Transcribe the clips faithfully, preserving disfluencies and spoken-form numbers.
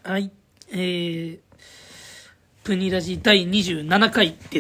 はい、えー、プニラジ第にじゅうななかいです。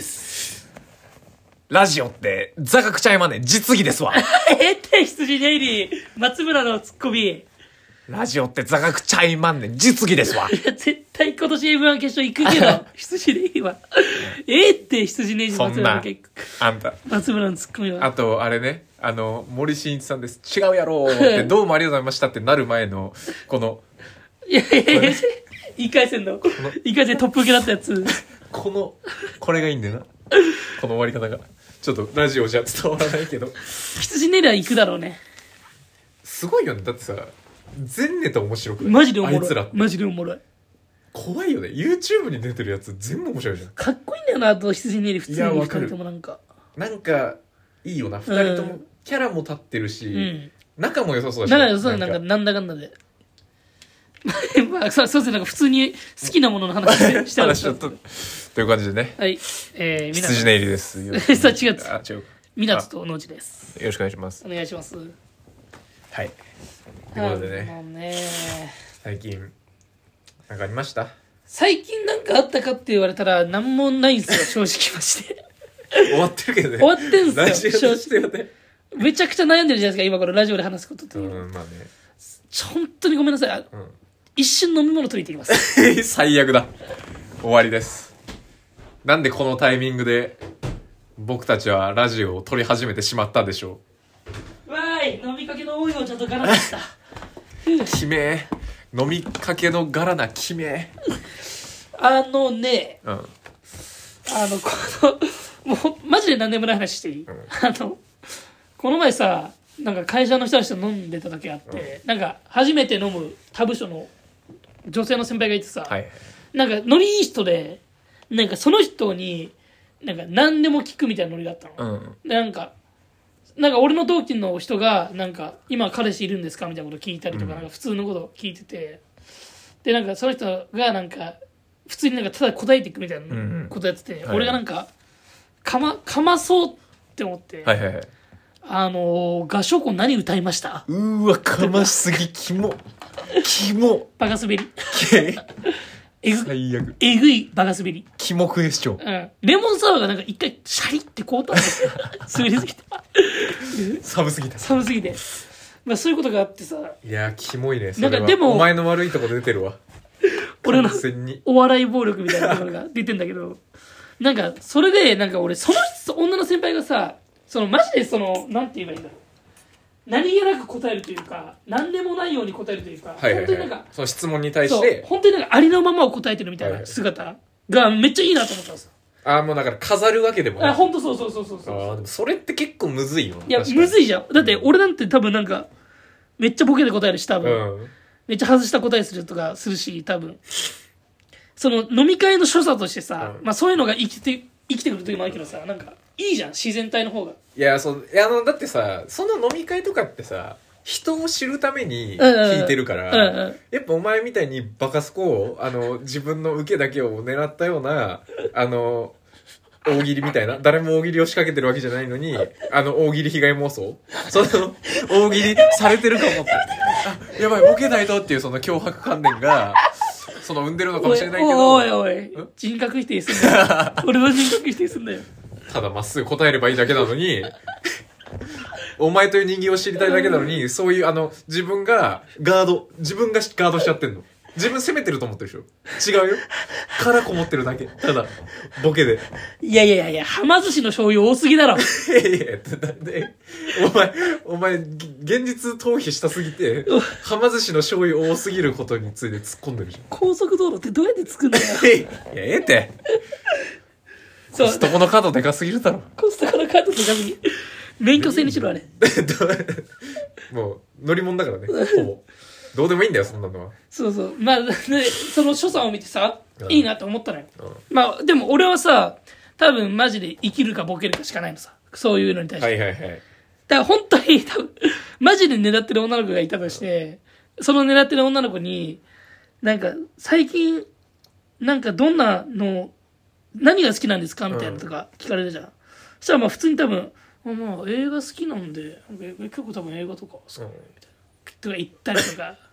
ラジオって座学ちゃいまんねん、実技ですわ。 えって羊ネイリー松村のツッコミ。 ラジオって座学ちゃいまんねん、実技ですわ。 いや絶対今年 エムワン 決勝行くけど羊ネイリーはえって羊ネイリー松村の結あんた松村のツッコミは。 あとあれね、あの森進一さんです、違うやろってどうもありがとうございましたってなる前のこのいやいやいやいっかい戦のいっかい戦トップ受けだったやつこのこれがいいんだよな、この終わり方がちょっとラジオじゃ伝わらないけど羊ネイリーは行くだろうね。 すごいよね。だってさ全ネタ面白くない？ マジでおもろい。 あいつらマジでおもろい。 怖いよね。 YouTube に出てるやつ全部面白いじゃん。 かっこいいんだよな。あと羊ネイリー普通にいやわふたかる。 りともなんかなんかいいよな、ふたりともキャラも立ってるし、 うん、 仲も良さそうだし、 仲良さそうでなんかなんだかんだでまあそうそうですね、なんか普通に好きなものの話して話しちゃったという感じでね。 はい、えー、みな羊ネイリです。 さあ違うあ違うみなつと農地です。 よろしくお願いします。 お願いします。 はいということでね、 もうね最近なんかありました？ 最近なんかあったかって言われたら何もないんすよ正直まして終わってるけどね。 終わってんすよラジオとしてはね、 めちゃくちゃ悩んでるじゃないですか今これラジオで話すことって。 うんまあね、 本当にごめんなさい、うん、一瞬飲み物取りに行ってきます最悪だ、終わりです。なんでこのタイミングで僕たちはラジオを撮り始めてしまったでしょう。わーい、飲みかけの多いのちゃんとガラでしたきめー、飲みかけのガラなきめー。 あのね、 うん、 あのこのもうマジで何でもない話していい、うん、あのこの前さなんか会社の人たちと飲んでた時あって、うん、なんか初めて飲む他部署の女性の先輩がいてさ、はい、なんかノリいい人でなんかその人になんか何でも聞くみたいなノリがあったの、うん、でなんかなんか俺の同期の人がなんか今彼氏いるんですかみたいなこと聞いたりとか、うん、なんか普通のこと聞いてて、でなんかその人がなんか普通になんかただ答えていくみたいなことやってて、うんうん、俺がなんかかまかまそうって思って、はいはいはい、あのー、合唱コン何歌いました？ うーわかましすぎキモキモバカ滑りえぐ最悪えぐいバカ滑りキモクエスチョン、 うん、レモンサワーがなんか一回シャリってこうたんですよ滑りすぎて寒すぎた寒すぎて、まあそういうことがあってさ、 いやキモいねそれは。 なんかでもお前の悪いとこ出てるわ俺のお笑い暴力みたいなところが出てんだけどなんかそれでなんか俺その女の先輩がさ、そのマジでそのなんて言えばいいんだろう、何気なく答えるというか何でもないように答えるというか、はいはいはい、本当になんかその質問に対して本当になんかありのままを答えてるみたいな姿がめっちゃいいなと思ったんですよ。 ああもうだから飾るわけでもない。 あ本当そうそうそうそうそう。 あでもそれって結構むずいよ。 いやむずいじゃん。だって俺なんて多分なんかめっちゃボケで答えるし多分、うん、めっちゃ外した答えするとかするし多分その飲み会の所作としてさ、うん、まあそういうのが生きて生きてくる時もあるけどさ、なんかいいじゃん自然体の方が。 いやそういやあのだってさその飲み会とかってさ人を知るために聞いてるから、うんうんうん、やっぱお前みたいにバカスコをあの自分の受けだけを狙ったようなあの大喜利みたいな誰も大喜利を仕掛けてるわけじゃないのにあの大喜利被害妄想その大喜利されてるかもってあやばいボケないとっていうその脅迫観念がその生んでるのかもしれないけど、 おいおいおい人格否定すんだよ俺の人格否定すんだよ。 ただまっすぐ答えればいいだけなのにお前という人間を知りたいだけなのにそういうあの自分がガード自分がガードしちゃってんの。自分責めてると思ってるでしょ。違うよ。殻こもってるだけ。ただボケで。 いやいやいやはま寿司の醤油多すぎだろ。いやいやなんでお前お前現実逃避したすぎてはま寿司の醤油多すぎることについて突っ込んでるじゃん。 高速道路ってどうやって作るんだよ。 いやええってコストコのカードでかすぎるだろ。 コストコのカードでかすぎ免許制にしろあれもう乗り物だからねほぼどうでもいいんだよそんなのは。 そうそうまあその所作を見てさ、うん、いいなと思ったのよ、うん、まあでも俺はさ多分マジで生きるかボケるかしかないのさそういうのに対して。 はいはいはい。 だから本当に多分マジで狙ってる女の子がいたとして、うん、その狙ってる女の子になんか最近なんかどんなの何が好きなんですかみたいなとか聞かれるじゃん、うん、そしたらまあ普通に多分まあ映画好きなんで結構多分映画とか好き、うん、みたいなとか言ったりとか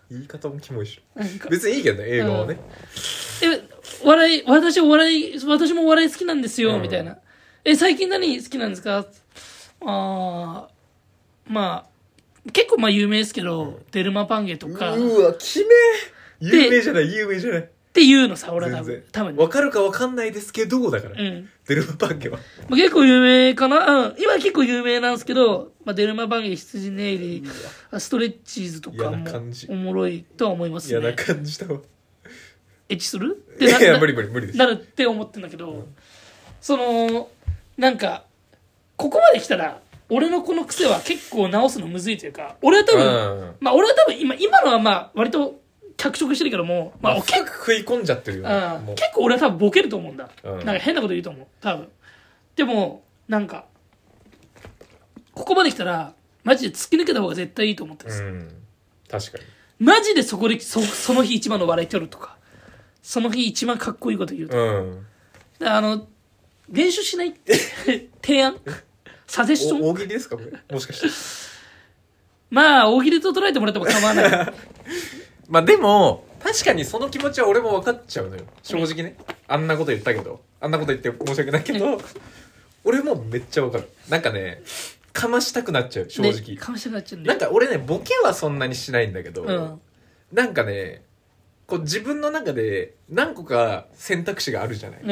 言い方もキモいしなんか別にいいけどね映画はね、 うん、え笑い私お笑い私もお笑い好きなんですよ、 うん、 みたいな。え最近何好きなんですか。あまあ結構まあ有名ですけど、うん、デルマパンゲとか。 うわきめ有名じゃない有名じゃないっていうのさ俺は多分多分分かるか分かんないですけどだから、うん、デルマパンゲは、 まあ、結構有名かな、うん、今結構有名なんですけど、まあ、デルマパンゲ羊ネイリストレッチーズとかもおもろいとは思いますね。 嫌な感じだわ。 エッチするってないや無理無理無理ですなるって思ってんだけど、うん、そのなんかここまで来たら俺のこの癖は結構直すのむずいというか俺は多分、うん、まあ俺は多分今今のはまあ割と脚色してるけども、 まあ、結構食い込んじゃってるよ、ね、 うん、結構俺は多分ボケると思うんだ、うん、なんか変なこと言うと思う多分。でもなんかここまで来たらマジで突き抜けた方が絶対いいと思ってるんですよ、うん、 確かにマジでそこで そ, その日一番の笑い取るとかその日一番かっこいいこと言うとか、うん、あの練習しない提案サジェッション大喜利ですかこれもしかしてまあ大喜利と捉えてもらっても構わないまあでも確かにその気持ちは俺も分かっちゃうのよ正直ね、あんなこと言ったけどあんなこと言って申し訳ないけど俺もめっちゃ分かる。なんかねかましたくなっちゃう正直、 かましたくなっちゃうんだよ。なんか俺ねボケはそんなにしないんだけど、うん、なんかねこう自分の中で何個か選択肢があるじゃない、うん、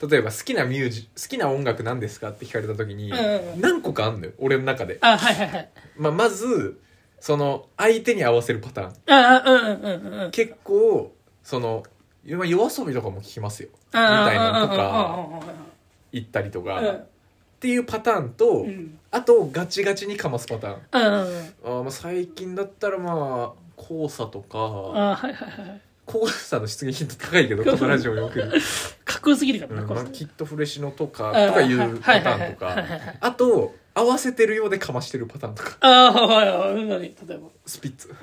例えば好きなミュージ好きな音楽何ですかって聞かれた時に、うん、何個かあんのよ俺の中で。 あ、はいはいはい。 まあ、まずその相手に合わせるパターン。 ああ、うんうんうん、結構その夜遊びとかも聞きますよみたいなのとか言ったりとか、うん、っていうパターンと、うん、あとガチガチにかますパターン、うんあまあ最近だったらまあ黄砂とか、 あ、はいはいはい、 黄砂の出現頻度高いけどこのラジオに送るかっこよすぎるからな、 うんまあ、きっとフレシノとかとかいうパターンとか、あと合わせてるようでかましてるパターンとか。 ああはいはいはい。何例えばスピッツ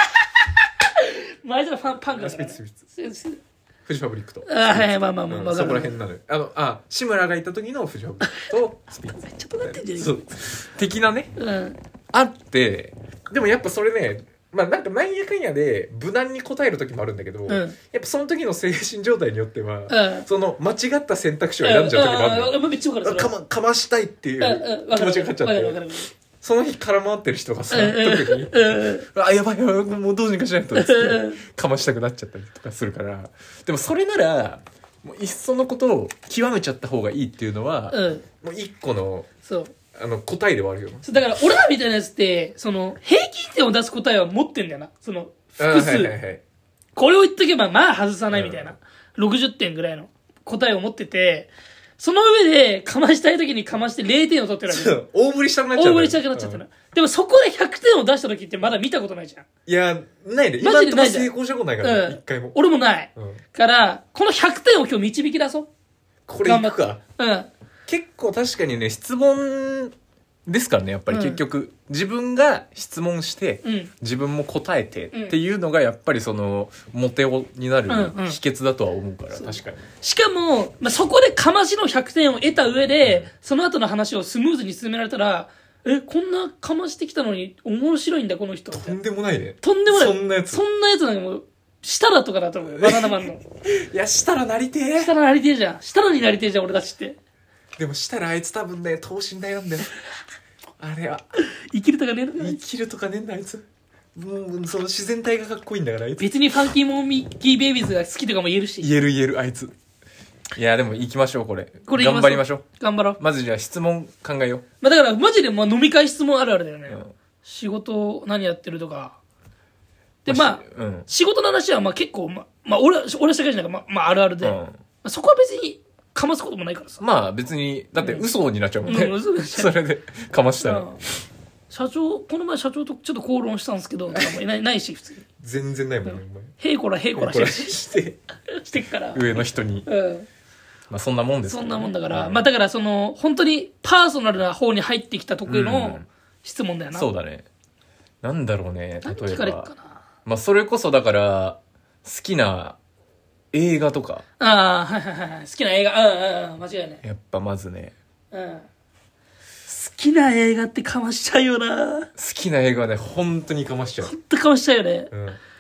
前からファンパンクだから、ね、スピッツスピッツフジファブリックと。 あはいまあまあまあ、うん、 そこら辺なのよ。あのあ志村がいた時のフジファブリックとスピッツめっちゃ尖ってんじゃねえか。 そう的なね、 うん、 あってでもやっぱそれねまあなんかなんやかんやで無難に答える時もあるんだけど、うん、やっぱその時の精神状態によっては、うん、その間違った選択肢を選んじゃう時もあるのよ、うん、めっちゃ分かる。かま、かましたいっていう気持ちが勝っちゃって、その日絡まってる人がさ、特にあやばいやばいもうどうにかしないとってかましたくなっちゃったりとかするから、でもそれならもういっそのことを極めちゃった方がいいっていうのは、うん、もう一個のそうあの答えではあるよ。 だから俺らみたいなやつってその平均点を出す答えは持ってんだよな。その複数、はいはいはい、これを言っとけばまあ外さないみたいな、うん、ろくじゅってんぐらいの答えを持ってて、その上でかましたい時にかましてれいてんを取ってるわけ。 そう大振りしたくなっちゃう。 大振りしたくなっちゃったの、うん、でもそこでひゃくてんを出した時ってまだ見たことないじゃん。 いやないで今んとこ成功したことないからね、一、うん、回も。 俺もない、うん、からこのひゃくてんを今日導き出そう。 これいくか。 うん結構確かにね質問ですからねやっぱり結局、うん、自分が質問して、うん、自分も答えて、うん、っていうのがやっぱりそのモテ男になる秘訣だとは思うから、うんうん、確かに。 しかも、まあ、そこでかましのひゃくてんを得た上で、うん、その後の話をスムーズに進められたら、えこんなかましてきたのに面白いんだこの人。 とんでもないね。 とんでもない。 そんなやつそんなやつなんかもう設楽とかだと思うよバナナマンの。 いや設楽なりてえ。 設楽なりてえじゃん。設楽になりてえじゃん俺たちって。 でもしたらあいつ多分ね等身大なんだよあれは生きるとかねえのか。 生きるとかねえんだあいつ。もうその自然体がかっこいいんだからあいつ。 別にファンキーモンミッキーベイビーズが好きとかも言えるし。 言える言えるあいつ。いやでも行きましょうこれ。これ頑張りましょう。 頑張ろう。 まずじゃあ質問考えよう。 まあだからマジでまあ飲み会質問あるあるだよね、うん、仕事何やってるとかでまあ、うん、仕事の話はまあ結構まあ、まあ、俺は俺は社会人だからまあ、まあ、あるあるで、うんまあ、そこは別にかますこともないからさ。 まあ別にだって嘘になっちゃうもんね、うんうん、嘘それでかましたら、うん、社長この前社長とちょっと口論したんですけどとかもいないないし普通に全然ないもんね。 へいこらへいこらしてしてしてっから上の人に、うんまあ、そんなもんですからね。そんなもんだから、うん、まあだからその本当にパーソナルな方に入ってきた時の質問だよな、 うん、そうだね。なんだろうね例えば聞かれっかな。 まあそれこそだから好きな映画とか。 ああはいはいはい好きな映画うんうん間違いない。 やっぱまずねうん好きな映画ってかましちゃうよな。 好きな映画はね本当にかましちゃう。 本当かましちゃうよね、 うん、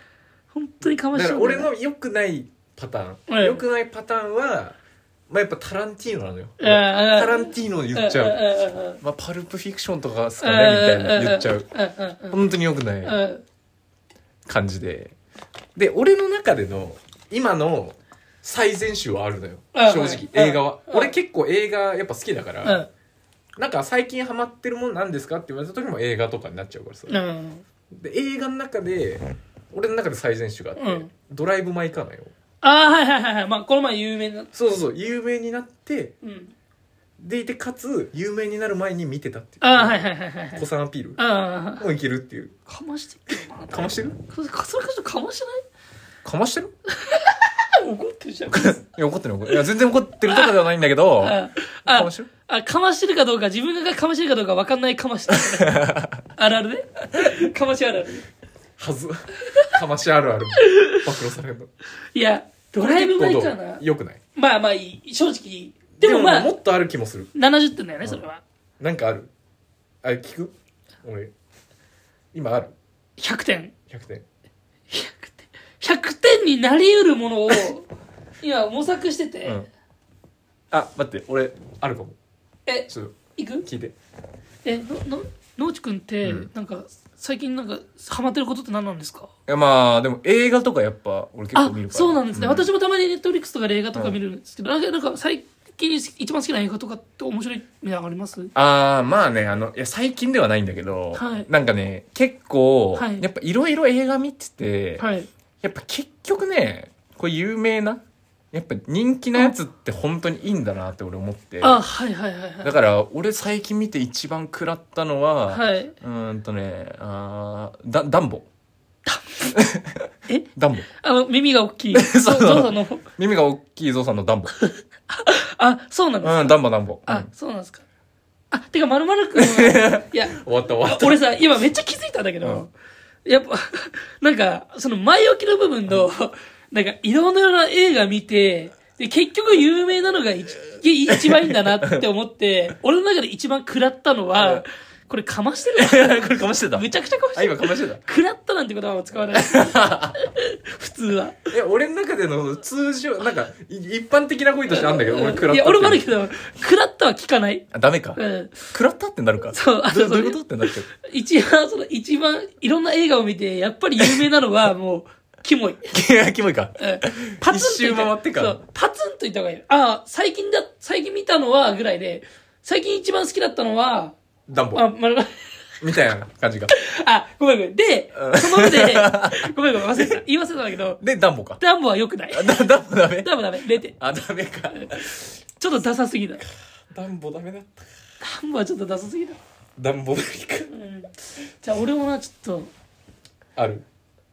本当にかましだてるから俺の良くないパターン、 うん良くないパターンはまあやっぱタランティーノなのよ、 うんタランティーノ言っちゃう、 うんうんまあ、パルプフィクションとかですかねみたいな言っちゃう、 うんうんうん本当に良くないうん感じで、で俺の中での今の最善手はあるのよ、 うん正直、 うん映画は、 うん俺結構映画やっぱ好きだから、 うんなんか最近ハマってるもんなんですかって言われた時も映画とかになっちゃうからさ、 うんで映画の中で俺の中で最善手があって、 うんドライブ・マイ・カーなよ。 ああはいはいはいはいまあこの前有名なそうそうそう有名になってうんでいてかつ有名になる前に見てたっていう、 ああはいはいはいはいはい子さんアピールああもういけるっていう。 かましてるよなかましてるそれかそれかちょっとかましてかましてるない怒ってるじゃんいや怒ってる怒ってるいや全然怒ってるとかではないんだけどあかましてるあかましてるかどうか自分がかましてるかどうか分かんないかましてるあるあるねかましあるあるはずかましあるある暴露されるのいやドライブ・マイ・カーなよくない？ まあまあいい正直でもまあもっとある気もする。 ななじゅってんだよねそれはなんかあるあれ聞く俺今あるひゃくてんひゃくてんひゃくてんひゃくてんになりうるものを今模索してて、 うんあ待って俺あるかも。 えちょっといく聞いて。 えのの野内くんって、 うんなんか最近なんかハマってることって何なんですか？ いやまあでも映画とかやっぱ俺結あ構見るから。 そうなんですね、 う私もたまにネットフリックスとかで映画とか見るんですけど、なんかなんか最近一番好きな映画とかって面白いのあります？ ああまあねあのいや最近ではないんだけど、 はいなんかね結構、 はいやっぱいろいろ映画見てて、 はいやっぱ結局ねこれ有名なやっぱ人気なやつって本当にいいんだなって俺思って。 あはいはいはいはいだから俺最近見て一番食らったのは、 はいうーんとねあーだダンボえダンボあの耳が大きいそうゾウさんの耳が大きいゾウさんのダンボあそうなんですか、 うんダンボダンボ、 あ、 うんそうなんですか。あ、てか、まるまるくんは、いや、 終わった終わった俺さ、今めっちゃ気づいたんだけど、やっぱ、なんか、その前置きの部分の、なんか、いろんな映画見て、で、結局有名なのが一一番いいんだなって思って、俺の中で一番食らったのは、これかましてるこれかましてためちゃくちゃかましてる。 あ今かましてた食らったなんて言葉は使わない。普通は。 いや俺の中での通常なんかい一般的な声としてあるんだけど俺食らったっていや、俺もあるけど、食らったは聞かない。 あダメか、 うん。 食らったってなるかそうあそうどどういうことってなっちゃう一番、その一番、いろんな映画を見て、やっぱり有名なのは、もう、キモい。 いやキモいかうんパツンと言った一周回ってかそう、パツンと言った方がいい。ああ、最近だ、最近見たのは、ぐらいで、最近一番好きだったのは、 ダンボあ、まるまる、 みたいな感じかあ、ごめんごめん。で、 うんその上で、ごめんごめん、忘れてた。言い忘れたんだけど、 でダンボかダンボは良くない。 あダダンボダメダンボダメ。れいてん。 あダメかちょっとダサすぎだ。 ダンボダメだったダンボはちょっとダサすぎだ。 ダンボダメかうん。じゃあ、俺もな、ちょっと、 ある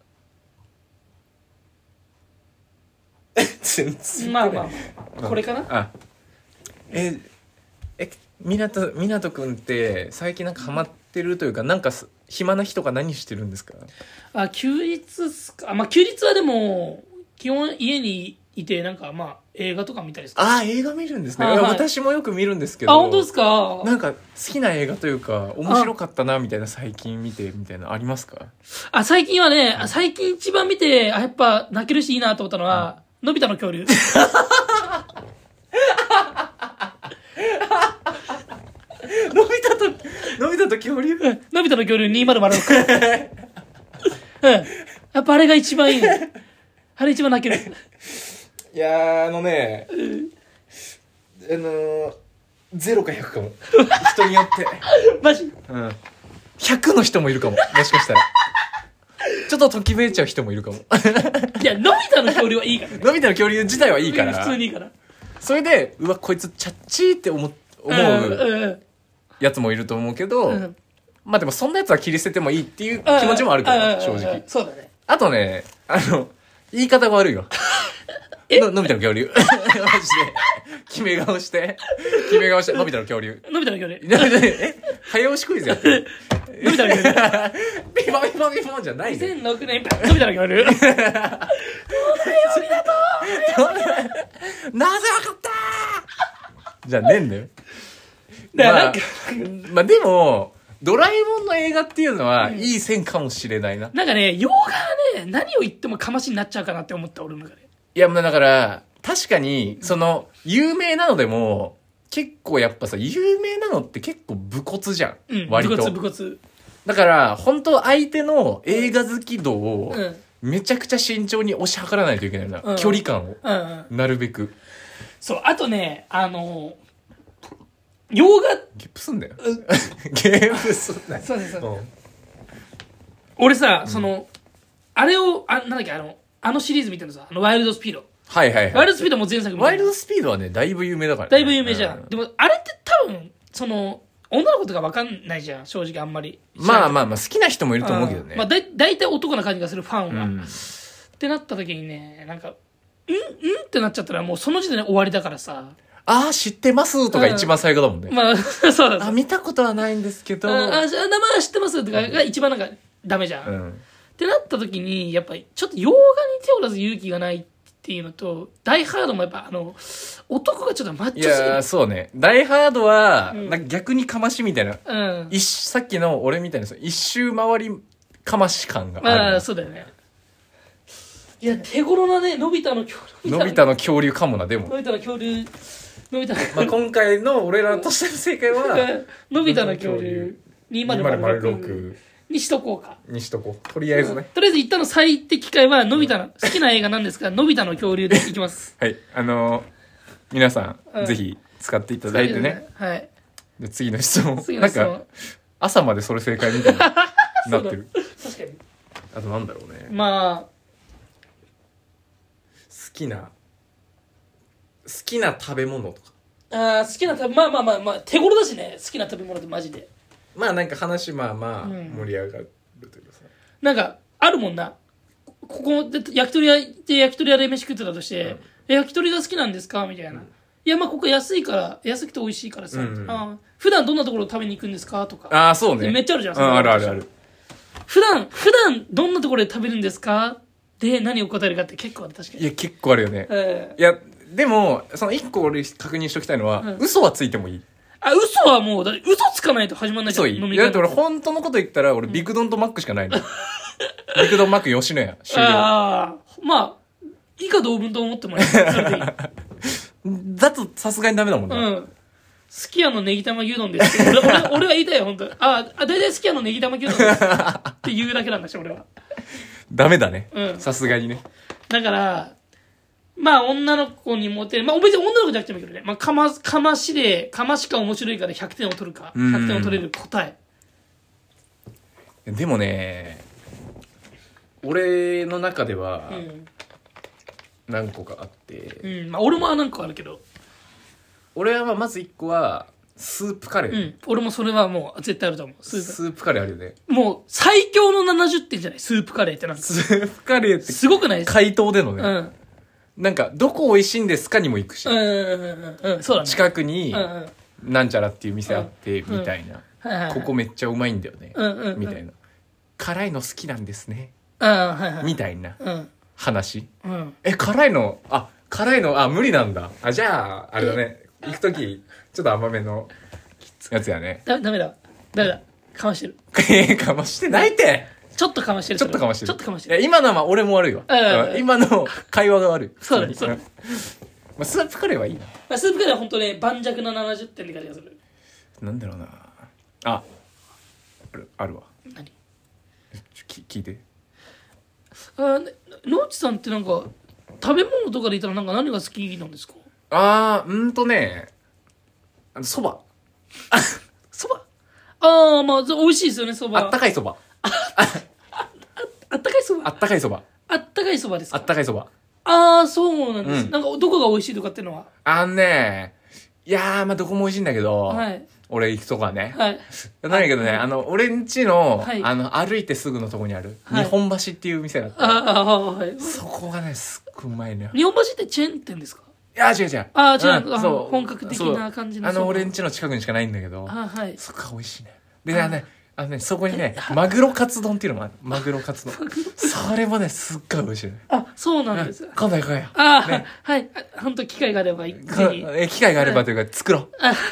全然まあまあまあ、これかな。 あええみなとみなとくんって最近なんかハマってるというかなんかす暇な日とか何してるんですか？ あ、休日っすか。あまあ、休日はでも、基本家にいて、なんかまあ、映画とか見たりする。 ああ映画見るんですね、 はいはいいや私もよく見るんですけどあ、本当ですか？ なんか好きな映画というか面白かったなみたいな最近見てみたいなありますか？ あ、最近はね、あ最近一番見て、あ、やっぱ泣けるしいいなと思ったのは、のび太の恐竜。 のび太とのび太と恐竜うんのび太の恐竜にせんろく。うん。やっぱあれが一番いいの。あれ一番泣ける。 いやーあのねあのー、ゼロかひゃくかも人によってマジうんひゃくの人もいるかももしかしたらちょっとときめいちゃう人もいるかもいや、のび太の恐竜はいいからね。 のび太の恐竜自体はいいから普通にいいから。 それでうわこいつチャッチーって思思うんううんやつもいると思うけど、 うんまあでもそんなやつは切り捨ててもいいっていう気持ちもあるからうんうんうん正直そうだね。 あとねあの言い方が悪いよえののび太の恐竜マジで決め顔して決め顔してのび太の恐竜のび太の恐竜。 え早押しクイズやってるのび太の恐竜。 ビボビボビボじゃないねにせんろくねん、のび太の恐竜。 なぜわかったーじゃねえんだよだからなんか、 まあ、まあでもドラえもんの映画っていうのは、 うんいい線かもしれないな。 なんかね、洋画はね、何を言ってもかましになっちゃうかなって思った、俺の中で。 いや、もうだから、確かに、その、有名なのでも、結構やっぱさ、有名なのって結構武骨じゃん。 うん、 割と。 武骨、武骨。 だから、本当相手の映画好き度を、 うん。 めちゃくちゃ慎重に押し量らないといけないな。 うん距離感を。 うんうん。 なるべく。 そう、あとね、あの、洋画、 ゲップすんだよ。ゲームすんなよ。 そうです、そうです。 うん俺さ、その、あれを、あ、なんだっけ、あの、あのシリーズ見てるのさ、あの、ワイルドスピード。 はいはいはい。 ワイルドスピードも前作見てるワイルドスピードはね、だいぶ有名だからね。 だいぶ有名じゃん。 うでも、あれって多分、その、女の子とか分かんないじゃん、正直あんまり。 まあまあまあ、好きな人もいると思うけどね。 まあ、だい、だいたい男な感じがするファンは。 うんってなった時にね、なんか、んんってなっちゃったらもうその時点で終わりだからさ。 ああ、知ってますとか一番最後だもんね。 まあ、そうだあ、見たことはないんですけど。 あ、あ、じゃあ名前は知ってますとかが一番なんかダメじゃん。 うん。 ってなった時に、やっぱりちょっと洋画に手を出す勇気がないっていうのと、ダイハードもやっぱあの、男がちょっとマッいチョすぎる。 やー、そうね。ダイハードは、 うんなんか逆にかましみたいな。 うん。 一さっきの俺みたいなさ、一周回りかまし感があるまあ、 な。 そうだよね。いや、手頃なね、のび太の恐竜。 のび太の恐竜かもな、でも。 のび太の恐竜、のび太のまあ、今回の俺らとしての正解は、 のび太の恐竜にせんろくにせんろくにしとこうか。 にしとこう。とりあえずね。 とりあえず一旦の最適解は、のび太の、好きな映画なんですか、のび太の恐竜でいきます。 はい。あのー、皆さうんん、ぜひ使っていただいてね。 はい。 で、次の質問。 次の質問なんか、朝までそれ正解みたいになってる。 確かに。 あとなんだろうね。 まあ、 好きな、好きな食べ物とか。 あー好きな食べ、まあまあまあまあ、手頃だしね、好きな食べ物ってマジで。 まあなんか話まあまあうん盛り上がるというかさ。 なんか、あるもんな。ここで焼き鳥屋行って焼き鳥屋で飯食ってたとして、え焼き鳥が好きなんですかみたいな。いや、まあここ安いから、安くて美味しいからさ。 うんうんあー普段どんなところ食べに行くんですかとか。 ああ、そうね。 めっちゃあるじゃんうん、 そのあるあるある。 普段、普段どんなところで食べるんですかで、何を答えるかって結構ある、確かに。 いや、結構あるよね。 えーいや、でも、その一個俺確認しときたいのは、 うん嘘はついてもいい。 あ、嘘はもう、だって嘘つかないと始まんないじゃん。 嘘いい。 飲み会いやだって俺本当のこと言ったら、俺ビッグドンとマックしかないの。ビッグドンマック吉野家。終了。 ああ、まあ、以下同文と思ってもらえるそれでいい。 だとさすがにダメだもんうな。 ん。すき家のネギ玉牛丼です。俺、俺、俺は言いたいよ、本当に。あ、あ、大体すき家のネギ玉牛丼です。って言うだけなんだし、俺は。 ダメだねう。んさすがにね。 だから、まあ、女の子にモテる。まあ、別に女の子じゃなくてもいいけどね。まあ、かま、かましで、かましか面白いかでひゃくてんを取るか。ひゃくてんを取れる答え。 でもね、俺の中ではうん。 何個かあって、 うん。まあ、俺も何個あるけど。 俺はまあまず一個は、スープカレー。 うん。俺もそれはもう絶対あると思う。スースープカレーあるよね。 プ。もう、最強のななじゅってんじゃないスープカレーってなんか。 スープカレーってすごくないですか回答でのね、 うん。 なんかどこ美味しいんですかにも行くし、 うんうんうんうんうん。そうだね。 近くにうんうん。 なんちゃらっていう店あってみたいな、 はいはいはいここめっちゃうまいんだよね、 うんうんうんみたいな、辛いの好きなんですねああ、はいはい。 みたいなうん。 話。 うん。 え辛いのあ辛いのあ無理なんだ。あじゃああれだね、行く時ちょっと甘めのやつやね。 だ、ダメだ。ダメだ。かましてる。 えかましてないってちょっとかましてる。 ちょっとかましてる。 ちょっとかましてる。 いや今のは俺も悪いわ、 うんうん今の会話が悪い。 そうだね普通にんまあ、スープカレーはいいな。 まあ、スープカレーは本当ね、盤石なななじゅってんって感じがする。 なんだろうなああるあるわ。 何ちょき聞いて。 あね野内さんってなんか、食べ物とかで言ったらなんか何が好きなんですかあーうんとねあのそば。 そばああ、まあ、そ美味しいですよね、そば。 あったかいそば。 あったかいそばあったかいそば。 あったかいそばですあかったかいそば。 ああ、そうなんです。 うんなんか、どこが美味しいとかっていうのは。 あんねいやーまあどこも美味しいんだけど、 はい。 俺行くとこはね、 はい。 なんやけどね、あの俺ん家の、 はいあの歩いてすぐのとこにある、 はい日本橋っていう店があって、 ああ、はい。 そこがねすっごいうまいのよ。 日本橋ってチェーン店ですかいや違う違う。 あー違うあんそう本格的な感じのそうあのそば俺ん家の近くにしかないんだけど、 あはい。 そこが美味しいね。であのねあのねそこにねマグロカツ丼っていうのもある。マグロカツ丼それもねすっごい美味しいね。 あ、そうなんです。 うん今度行こうよ。 ああ、 ねはい。あ本当機会があれば、ぜひ。 え機会があればというか作ろう。 あね。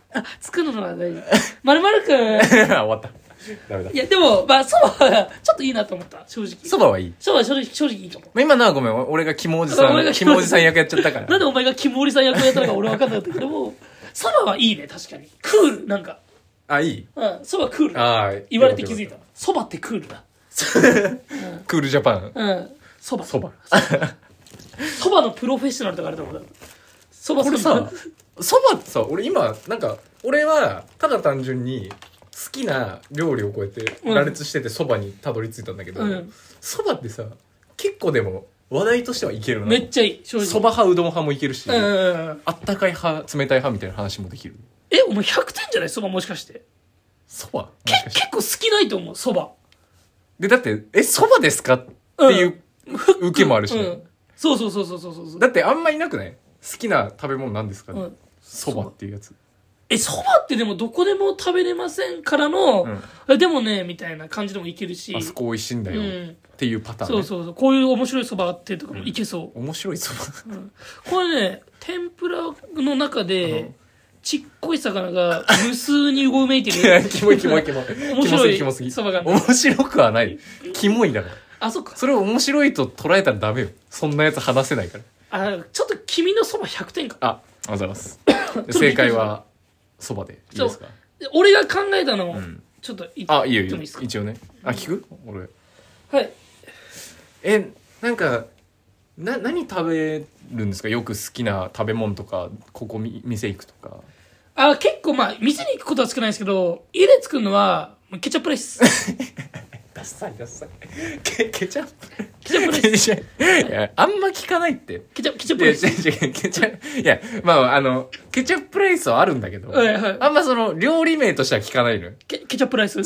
あ作るのは大事。まるまるくん終わったダメだ。 いやでもまあそばはちょっといいなと思った。正直そばはいい。 そばは正直正直いいと思う。 今のはごめん、俺がキモおじさんキモおじさん役やっちゃったから。 なんでお前がキモおじさん役やったのか俺分かんなかったけども、そばはいいね。確かにクール。なんかあいい。 うんそばクール。 あ言われて気づいた。そばってクールだ。 クールジャパン。 うんそばそばそばのプロフェッショナルとかあると思う。そばこれさそばってさ、俺今なんか俺はただ単純に好きな料理をこうやって羅列しててそばにたどり着いたんだけど、そば、うん、ってさ結構でも話題としてはいけるな。 めっちゃいい。正直そば派うどん派もいけるし、 うんうんうん、 あったかい派冷たい派みたいな話もできる。 えお前ひゃくてんじゃないそば。もしかしてそば結構好きないと思うそばで。だってえそばですかっていう、うん、受けもあるし、ねうん、 そうそうそうそうそうそう。 だってあんまいなくない？好きな食べ物なんですかね、そば、うん、っていうやつ。 えそばってでもどこでも食べれませんからの、うん、でもねみたいな感じでもいけるし、 あそこ美味しいんだよ、うん、っていうパターン、ね、 そうそうそう。こういう面白いそばあってとかもいけそう、 うん、面白いそば、 うん、これね天ぷらの中で、うんちっこい魚が無数にうごめいてる。 いや、キモいキモいキモい。 面白いそばが。 面白くはない。キモいだから。 あ、そっか。 それを面白いと捉えたらダメよ。そんなやつ話せないから。 あ、ちょっと君のそばひゃくてんか。 あ、ありがとうございます。正解はそばでいいですか？ 俺が考えたの、うん、ちょっと言ってもいいですか？あ、いいよいいよ。一応ね。あ、聞く？俺。 はい。 え、なんか、な、何食べるんですか？よく好きな食べ物とか、ここみ店行くとか。 あ、結構まあ店に行くことは少ないですけど、家で作るのはケチャップライス。 ダッサいダッサい。ケケチャップケチャップライス。 いやあんま聞かないって。 ケチャケチャップライス。 いやケチャいやまああのケチャップライスはあるんだけど、はいはい、あんまその料理名としては聞かないのよ。 ケケチャップライス。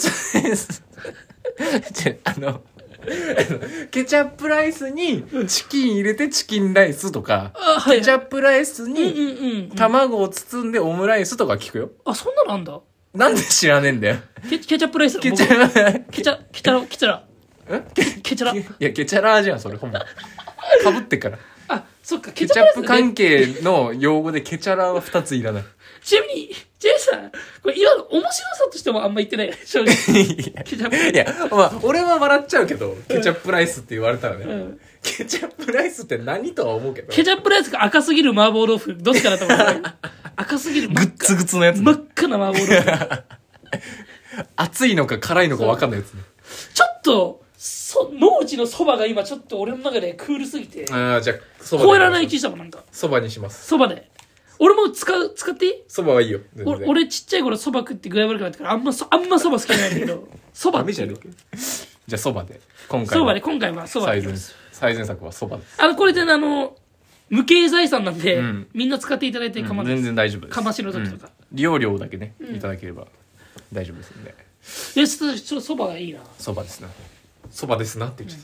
あの。ケチャップライスにチキン入れてチキンライスとか、はい、ケチャップライスに卵を包んでオムライスとか聞くよ。 あ、そんなのあんだ。 なんで知らねえんだよ。 ケ, ケチャップライスケチャケチャケチャラケチャラケケチャラいやケチャラーじゃんそれほんまかぶってから。 あ、そっか。 ケチャップ関係の用語でケチャラはふたついらない。 ちなみに、ジェイさん、これ今の面白さとしてもあんま言ってない。正直。ケチャップ。 いや、まあ、俺は笑っちゃうけど、ケチャップライスって言われたらね。うん、ケチャップライスって何とは思うけど。 ケチャップライスか赤すぎる麻婆豆腐、どっちかだと思う。赤すぎる。 グッツグツのやつ、ね。 真っ赤な麻婆豆腐。 熱いのか辛いのか分かんないやつね。 ちょっと、そ、農地のそばが今ちょっと俺の中でクールすぎて。 ああ、じゃあ、 そば。超えられない気したもん、なんか。 そばにします。 そばで。俺も使う、使っていい？ そばはいいよ。 俺、俺ちっちゃい頃そば食って具合悪くなってから、あんまそ、あんまそば好きじゃないんだけど、そばって。 じゃねえじゃあそばで。今回そばで、今回はそばで。 最前作はそばです。 あの、これであの、無形財産なんで、うん、みんな使っていただいて構わないです、 うん。全然大丈夫です。 かましの時とか、 うん。利用料だけね、いただければ大丈夫ですんで。 いや、ちょっと、ちょっとそばがいいな。 そばですな。そばですなって言っちゃった。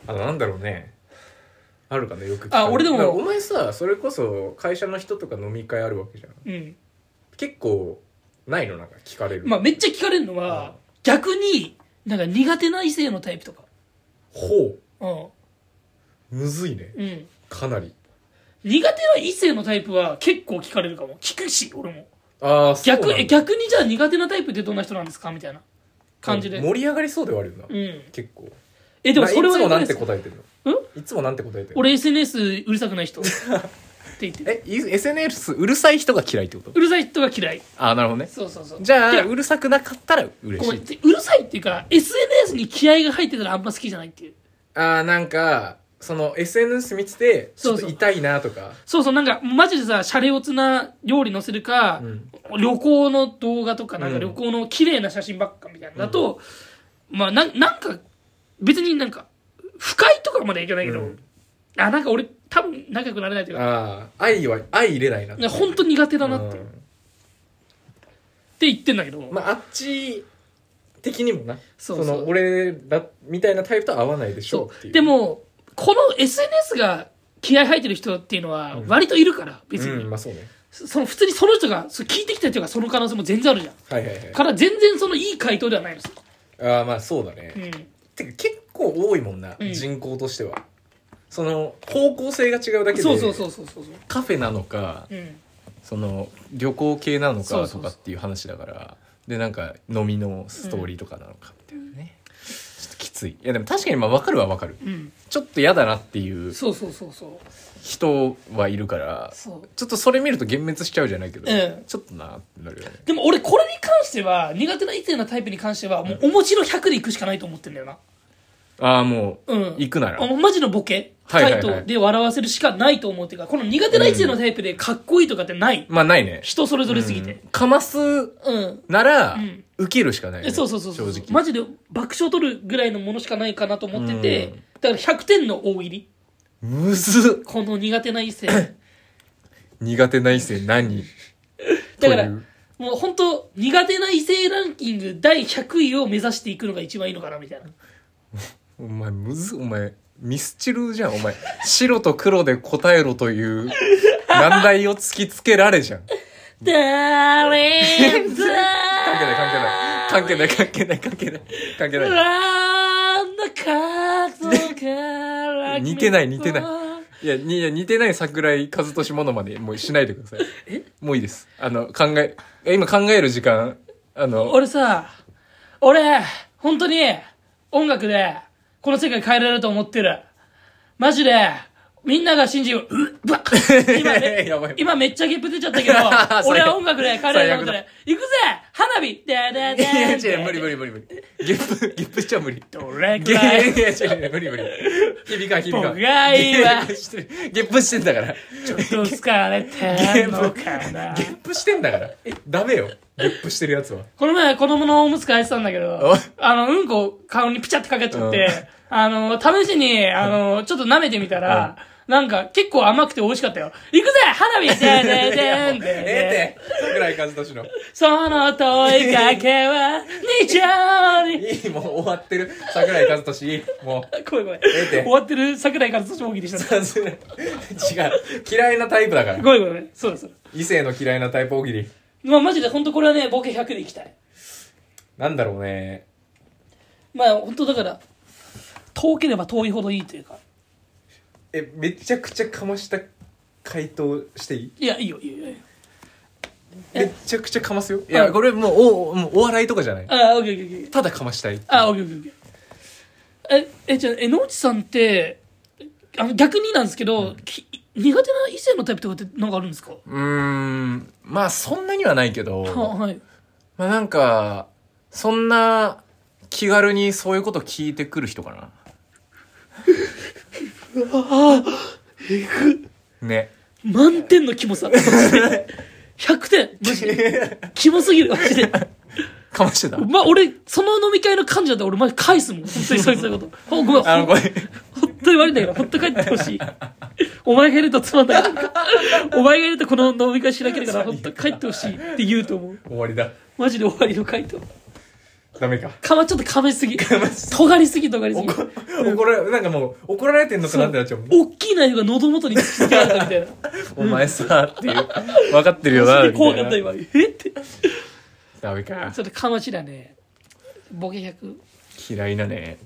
うん、あの、なんだろうね。あるかねよく聞かれる。 あ、俺でもお前さそれこそ会社の人とか飲み会あるわけじゃん、うん、結構ないのなんか聞かれる。 まあめっちゃ聞かれるのは、うん、逆になんか苦手な異性のタイプとか。 ほう、うん、むずいね、うん、かなり苦手な異性のタイプは結構聞かれるかも。聞くし俺も。 ああ、 逆え逆にじゃあ苦手なタイプってどんな人なんですかみたいな感じで、 うん、盛り上がりそうではあるよな、 うん、 結構。 えでもそれはいつもなんて答えてるの？ んいつもなんて答えてる？ 俺 エスエヌエス うるさくない人って言ってる。 え エスエヌエス うるさい人が嫌いってこと？ うるさい人が嫌い。 ああ、なるほどね。 そうそうそう。 じゃあうるさくなかったら嬉しい。 うるさいっていうか エスエヌエス に気合が入ってたらあんま好きじゃないっていう。 ああ、なんかその エスエヌエス 見ててちょっと痛いなとか。 そうそう、なんかマジでさシャレオツな料理載せるか、うん、旅行の動画とかなんか旅行の綺麗な写真ばっかみたいなのだと、うん、まあななんか別になんか不快とかまでいけないけど、うん、あ、なんか俺多分仲良くなれないというか、 ああ、愛は愛入れないなって。 本当苦手だなって、うん、って言ってんだけど、 まああっち的にもな、そうそう、その俺らみたいなタイプと合わないでしょうっていう。 でもこの エスエヌエス が気合入ってる人っていうのは割といるから、別に、 うんうん、まあそうね。 その普通にその人が聞いてきた人がその可能性も全然あるじゃん。 はいはいはい。 から全然そのいい回答ではないんですよ。 ああ、まあそうだね。うん、てか結構多いもんな、うん、人口としては。その方向性が違うだけで、 そうそうそうそうそう、 カフェなのか、うん、 その旅行系なのそうそうそうかとかっていう話だからでなんか飲みのストーリーとかなのかみたいなね、うん、ちょっときつい。いやでも確かにまあ分かるは分かる、うん、ちょっと嫌だなっていうそうそうそうそう人はいるからそうちょっとそれ見ると幻滅しちゃうじゃないけど、うん、ちょっとなってなるよね。 でも俺これに関しては苦手な異性のタイプに関してはもうお餅のひゃくでいくしかないと思ってんだよな。 ああもう、うん、行くならあマジのボケ回答で笑わせるしかないと思うっていうか、この苦手な異性のタイプでかっこいいとかってない、 うん、まあないね。 人それぞれすぎて、うん、 かますなら、うん、受けるしかない、ね、 そうそうそうそう正直マジで爆笑取るぐらいのものしかないかなと思ってて、うん、だからひゃくてんの大入りむずっこの苦手な異性苦手な異性何だからもう本当苦手な異性ランキングだいひゃくいを目指していくのが一番いいのかなみたいなお前むずお前ミスチルじゃんお前白と黒で答えろという難題を突きつけられじゃんダーリンズ関係ない関係ない関係ない関係ない関係ない似てない似てないいやいや似てない桜井和寿モノマネもうしないでください。えもういいです。あの考え今考える時間あの俺さ俺本当に音楽でこの世界変えられると思ってる。マジでみんなが信じる。うわ今ね今めっちゃゲップ出ちゃったけど俺は音楽で変えられると思ってる。行くぜ花火ででででいや無理無理無理無理ゲップゲップしちゃ無理。 どれくらいいや違う無理無理響か響か僕がいいわゲップしてんだからちょっと疲れてんのかなゲップしてんだからダメよゲップしてるやつは。 この前子供のおむつ替えてたんだけどあのうんこ顔にピチャってかけちゃってあの試しにあのちょっと舐めてみたらなんか結構甘くて美味しかったよ。行くぜ花火でででんでええって桜井和寿のその問いかけは日常にいいもう終わってる桜井和寿もうごめんごめん、ええって終わってる桜井和寿大喜利した違う嫌いなタイプだからごめんごめんそうだそうだ異性の嫌いなタイプ大喜利。 まあマジで本当これはねボケひゃくでいきたい。 なんだろうねまあ本当だから遠ければ遠いほどいいというかえめちゃくちゃかました回答していい？ いやいいよいいよいいよめちゃくちゃかますよ。いやこれもう お, もうお笑いとかじゃない。 ああオッケーオッケーただかましたい。 あオッケーオッケーオッケーええじゃあえ野内さんってあの逆になんですけど、うん、き苦手な異性のタイプとかって何かあるんですか？ うーんまあそんなにはないけどは、はい、 まあなんかそんな気軽にそういうこと聞いてくる人かなああえぐね満点のキモさひゃくてんマジでキモすぎるマジでかましてた。 まあ俺その飲み会の幹事だったら俺マジ返すもん本当にそういうことごめんあのごめん本当に悪いんだけどほんと帰ってほしいお前がいるとつまんないお前がいるとこの飲み会しなければほんと帰ってほしいって言うと思う。 終わりだマジで終わりの回答ダメかかまちょっとかめすぎ尖りすぎ尖りすぎ怒らなんかもう怒られてんのかなってなっちゃうもん。 大きいナイフが喉元に突きつけられたみたいなお前さっていう分かってるよなみたいな怖かった今えってダメかちょっとかまちだねボケひゃく嫌いなね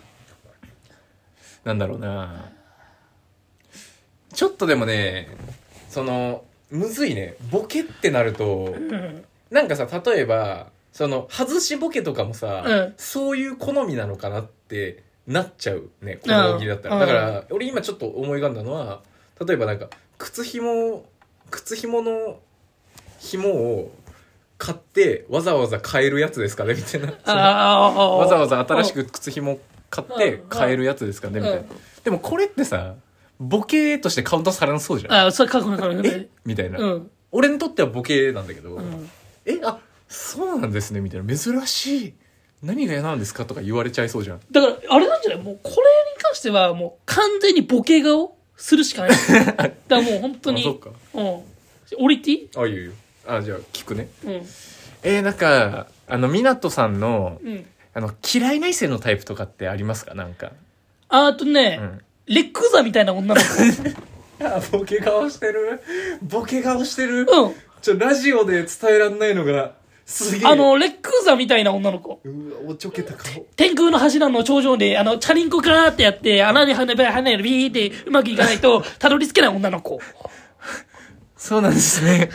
なんだろうなちょっとでもねそのむずいねボケってなるとなんかさ例えばその外しボケとかもさ、うん、そういう好みなのかなってなっちゃうねこの大喜利だったら、うん、だから俺今ちょっと思い浮かんだのは例えばなんか靴紐靴紐の紐を買ってわざわざ買えるやつですかねみたいなわざわざ新しく靴紐買って買えるやつですかねみたいな。でもこれってさボケとしてカウントされなそうじゃん。 あそれカウントされないえみたいな、うん、俺にとってはボケなんだけど、うん、えあそうなんですねみたいな珍しい何が嫌なんですかとか言われちゃいそうじゃん。 だからあれなんじゃないもうこれに関してはもう完全にボケ顔するしかないだからもう本当にあそっかうん降りていい？ あいいよあじゃあ聞くね、 うん、 えー、なんかあの湊さんの、うん、あの嫌いな異性のタイプとかってありますか？なんかあとね、うん、レックザみたいな女の子あボケ顔してるボケ顔してるうんちょラジオで伝えらんないのがすげえあのレックザみたいな女の子うわおちょけた顔天空の柱の頂上であのチャリンコカーってやって穴に跳ねば跳ねるビーってうまくいかないとたどり着けない女の子そうなんですね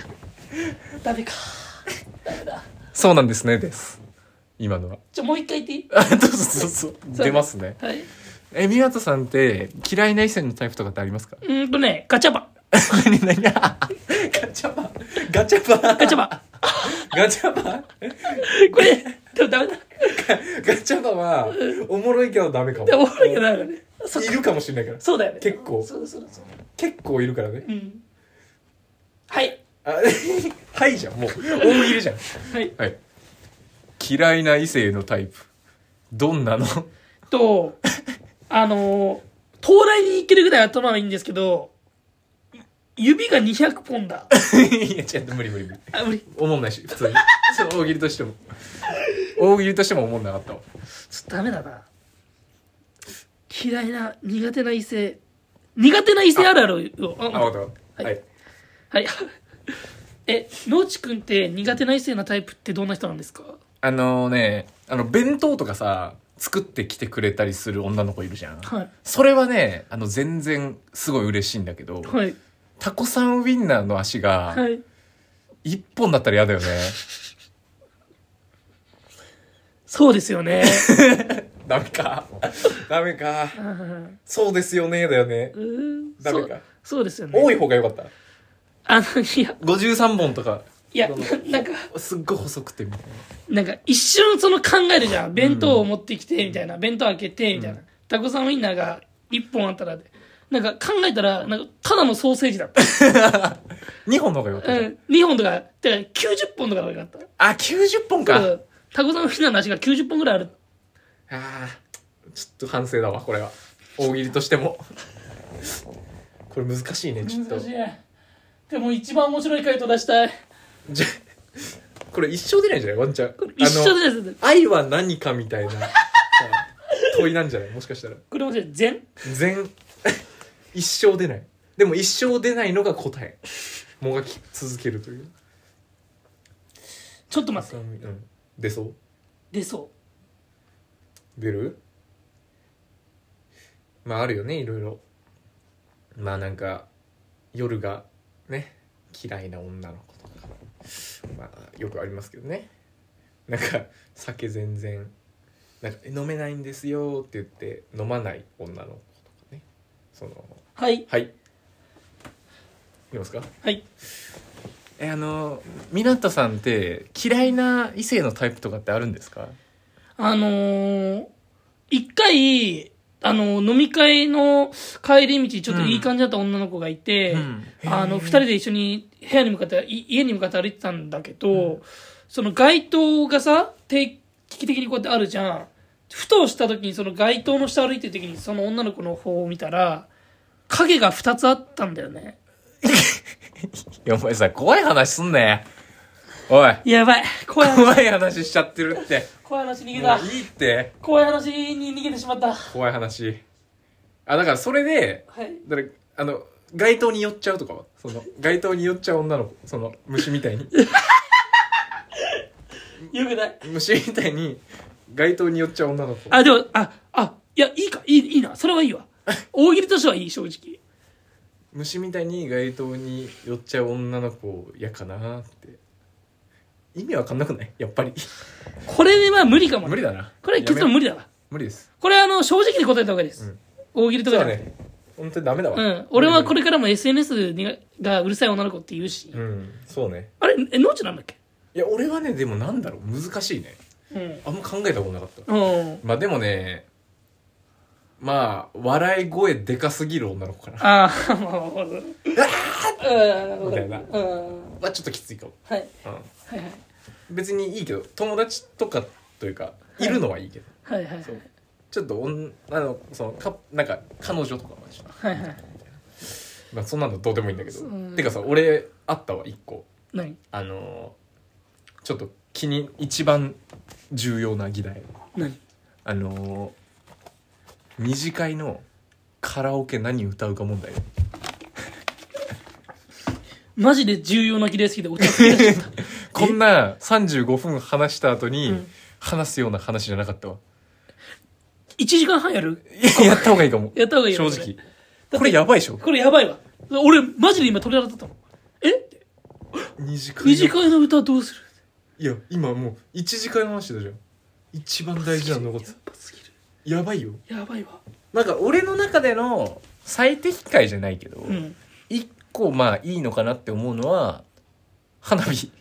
ダメかダメだ。 そうなんですねです今のは。 じゃあもう一回言っていい？ あどうぞどうぞ出ますね。 はい。 えみわとさんって嫌いな異性のタイプとかってありますか？ うーんとねガチャバ何何ガチャバガチャバガチャバガチャバこれでもダメだ。 ガチャバはおもろいけどダメかも。 でもおもろいけどダメだね。 いるかもしれないから。 そうだよね。 結構そうそうそう。 結構いるからね。 うん。はいあはいじゃんもう大喜利じゃん。 はいはい。嫌いな異性のタイプどんなの？ とあの東大に行けるぐらい頭はいいんですけど指がにひゃくポンだ。 いや違う無理無理無理。 あ無理。 思んないし普通にその大喜利としても大喜利としても思んなかったわ。 ちょっとダメだな。嫌いな苦手な異性苦手な異性あるあるよ。ああわかったはい、 はいえ野内くんって苦手な異性のタイプってどんな人なんですか？ あのねあの弁当とかさ作ってきてくれたりする女の子いるじゃん、 はい、 それはねあの全然すごい嬉しいんだけど、 はい、 タコさんウインナーの足が一本だったら嫌だよね。 そうですよね。 ダメかダメかそうですよねだよね。 うーんダメか。 そう、そうですよね。 多い方が良かった。 あのいやごじゅうさんぼんとかいやなんかすっごい細くてみたいな。 なんか一瞬その考えるじゃん。弁当を持ってきてみたいな、弁当開けてみたいな、うん、タコさんウインナーがいっぽんあったらでなんか考えたらなんかただのソーセージだった。 にほんの方が良かった、 うん、にほんとかてかきゅうじゅっぽんとかの方が良かった。 あきゅうじゅっぽんか、うん、 タコさんウインナーの足がきゅうじゅっぽんぐらいある。 あーちょっと反省だわこれは大喜利としても。これ難しいねちょっと。 難しい。でも一番面白い回答出したい。 じゃこれ一生出ないんじゃないワンちゃん。 一生出ないです。 愛は何かみたいな問いなんじゃないもしかしたら。 これもし全全一生出ない。でも一生出ないのが答え。もがき続けるという。 ちょっと待って、うん、 出そう出そう出る。まああるよねいろいろ。まあなんか夜がね嫌いな女の子とかまあよくありますけどね。なんか酒全然なんか飲めないんですよって言って飲まない女の子とかね。そのはいはいいきますか。 はいえあの湊さんって嫌いな異性のタイプとかってあるんですか？ あのー、一回あの飲み会の帰り道ちょっといい感じだった女の子がいて、うんうん、あの二人で一緒に部屋に向かって家に向かって歩いてたんだけど、うん、その街灯がさ定期的にこうやってあるじゃん。ふとした時にその街灯の下歩いてる時にその女の子の方を見たら影が二つあったんだよね。 いやお前さ怖い話すんね。おいやばい怖い話怖い話しちゃってるって。 怖い話逃げた。 いいって怖い話に逃げてしまった。 怖い話。あだからそれで、はい、だからあの街灯に寄っちゃうとかはその街灯に寄っちゃう女の子その虫みたいによくない虫みたいに街灯に寄っちゃう女の子。 あでもああいやいいかいいいいなそれはいいわ。大喜利としてはいい正直。 虫みたいに街灯に寄っちゃう女の子嫌かなって。意味わかんなくないやっぱり。 これでは無理かも、ね、 無理だな。 これ結論無理だわ。 無理です。 これあの正直に答えた方がいいです、うん、大喜利とかじゃなくて。 そうだね本当にダメだわ、 うん、俺はこれからも エスエヌエス にがうるさい女の子って言うし、 うん、そうね。 あれえノーチなんだっけ。 いや俺はねでもなんだろう難しいね、うん、あんま考えたことなかった、 うん、 まあでもねまあ笑い声でかすぎる女の子かな。 ああまあまあまあみたいなはちょっときついかも。 はい、うん、はいはい別にいいけど友達とかというかいるのはいいけど、 はいはいはい、 そうちょっと女のそのかなんか彼女とかもちょっとはいはいまあそんなのどうでもいいんだけど、てかさ俺あったわ一個。 何？ あのちょっと気に一番重要な議題。 何？ あの二次会のカラオケ何歌うか問題。 マジで重要な議題好きで歌って出しちゃったこんなさんじゅうごふん話した後に、うん、話すような話じゃなかったわ。 いちじかんはんやる？ いややった方がいいかも。 やった方がいい正直これやばいでしょ。 これやばいわ。俺マジで今鳥肌立ったの。えって二次会二次会の歌どうする？ いや今もう一次会の話だじゃん。一番大事なの残ってやばすぎる。 やばいよ。 やばいわ。 なんか俺の中での最適解じゃないけど、 うん。 一個まあいいのかなって思うのは花火。